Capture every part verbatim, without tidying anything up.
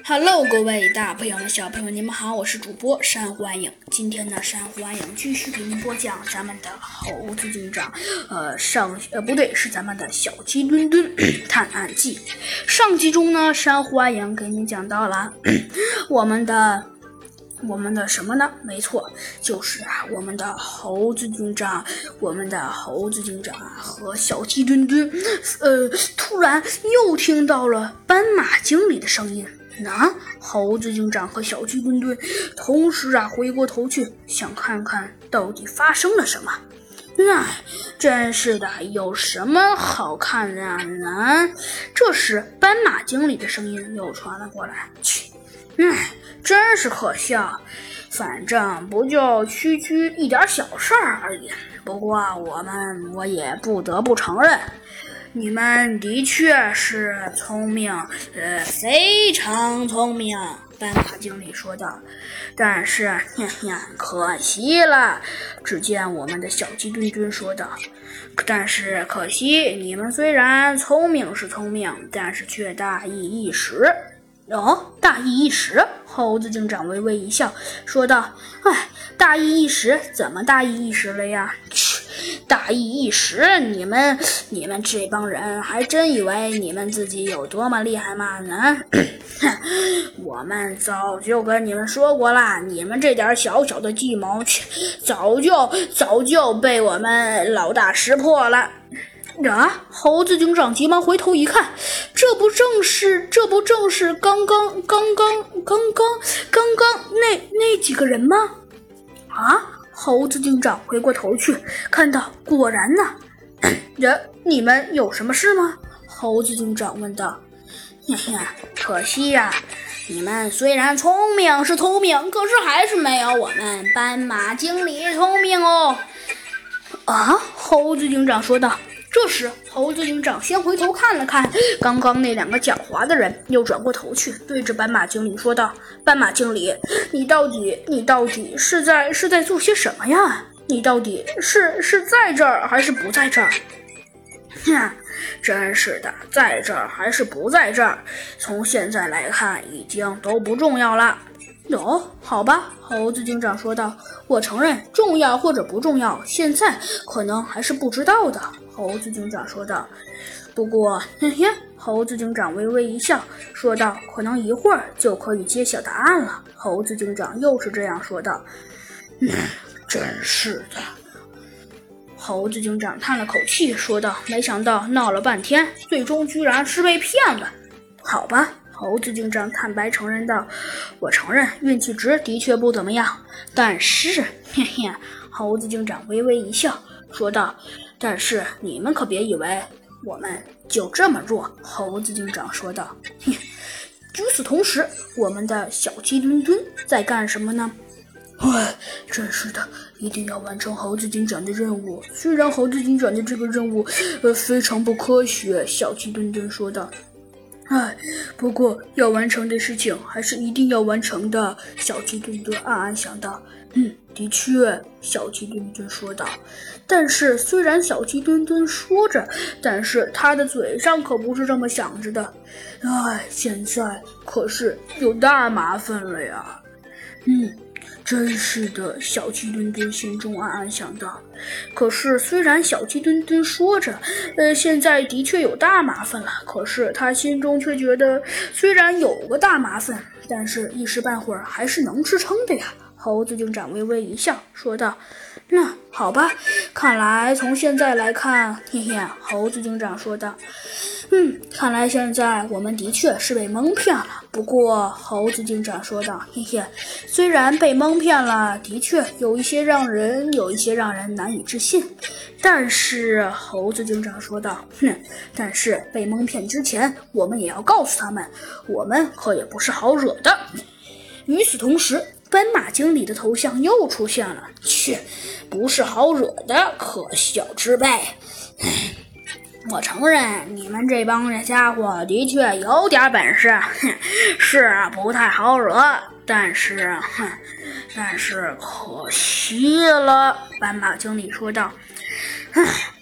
Hello，各位大朋友们、小朋友们，你们好，我是主播珊瑚暗影。今天呢，珊瑚暗影继续给您播讲咱们的猴子警长，呃，上呃不对，是咱们的小鸡墩墩探案记。上集中呢，珊瑚暗影给您讲到了我们的。我们的什么呢？没错，就是啊，我们的猴子警长，我们的猴子警长啊和小鸡墩墩，呃，突然又听到了斑马经理的声音。啊，猴子警长和小鸡墩墩同时啊回过头去，想看看到底发生了什么。哎，真是的，有什么好看的啊？啊这时，斑马经理的声音又传了过来。切，哎，真是可笑，反正不就区区一点小事儿而已。不过我们我也不得不承认，你们的确是聪明，呃，非常聪明。斑马经理说道，但是哼哼，可惜了。只见我们的小鸡墩墩说道，但是可惜，你们虽然聪明是聪明，但是却大意一时。哦，大意一时？猴子警长微微一笑，说道：“哎，大意一时？怎么大意一时了呀？大意一时？你们你们这帮人还真以为你们自己有多么厉害吗？呢？我们早就跟你们说过啦，你们这点小小的计谋，早就早就被我们老大识破了。”啊！猴子警长急忙回头一看，这不正是这不正是刚刚刚刚刚刚刚刚那那几个人吗？啊！猴子警长回过头去，看到果然呢。人，你们有什么事吗？猴子警长问道。嘿嘿，可惜呀、啊，你们虽然聪明是聪明，可是还是没有我们斑马经理聪明哦。啊！猴子警长说道。这时，猴子警长先回头看了看刚刚那两个狡猾的人，又转过头去，对着斑马经理说道：“斑马经理，你到底你到底是在是在做些什么呀？你到底是是在这儿还是不在这儿？”哼，真是的，在这儿还是不在这儿，从现在来看，已经都不重要了。哦，好吧，猴子警长说道，我承认重要或者不重要，现在可能还是不知道的。猴子警长说道，不过，嘿嘿，猴子警长微微一笑，说道，可能一会儿就可以揭晓答案了。猴子警长又是这样说道，嗯，真是的。猴子警长叹了口气，说道，没想到闹了半天，最终居然是被骗了。好吧。猴子警长坦白承认道，我承认运气值的确不怎么样，但是嘿嘿，猴子警长微微一笑说道，但是你们可别以为我们就这么弱。猴子警长说道，哼。与此同时，我们的小鸡墩墩在干什么呢？唉，真是的，一定要完成猴子警长的任务，虽然猴子警长的这个任务呃非常不科学。小鸡墩墩说道，哎，不过要完成的事情还是一定要完成的。小鸡墩墩暗暗想到，嗯，的确，小鸡墩墩说道。但是虽然小鸡墩墩说着，但是他的嘴上可不是这么想着的。哎，现在可是有大麻烦了呀。嗯。真是的，小鸡墩墩心中暗暗想到。可是，虽然小鸡墩墩说着，呃，现在的确有大麻烦了，可是他心中却觉得，虽然有个大麻烦，但是一时半会儿还是能支撑的呀。猴子警长微微一笑，说道：“那好吧，看来从现在来看，嘿嘿。”猴子警长说道。嗯，看来现在我们的确是被蒙骗了。不过，猴子警长说道：“嘿嘿，虽然被蒙骗了，的确有一些让人有一些让人难以置信。但是，猴子警长说道：哼，但是被蒙骗之前，我们也要告诉他们，我们可也不是好惹的。”与此同时，斑马经理的头像又出现了。切，不是好惹的可笑之辈。我承认你们这帮家伙的确有点本事，哼，是不太好惹，但是，哼，但是可惜了。斑马经理说道：“唉，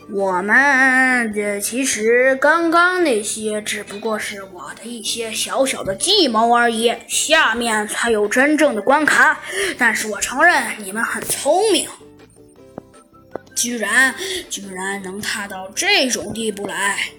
我们这其实刚刚那些只不过是我的一些小小的计谋而已，下面才有真正的关卡。但是我承认你们很聪明，居然居然能踏到这种地步来，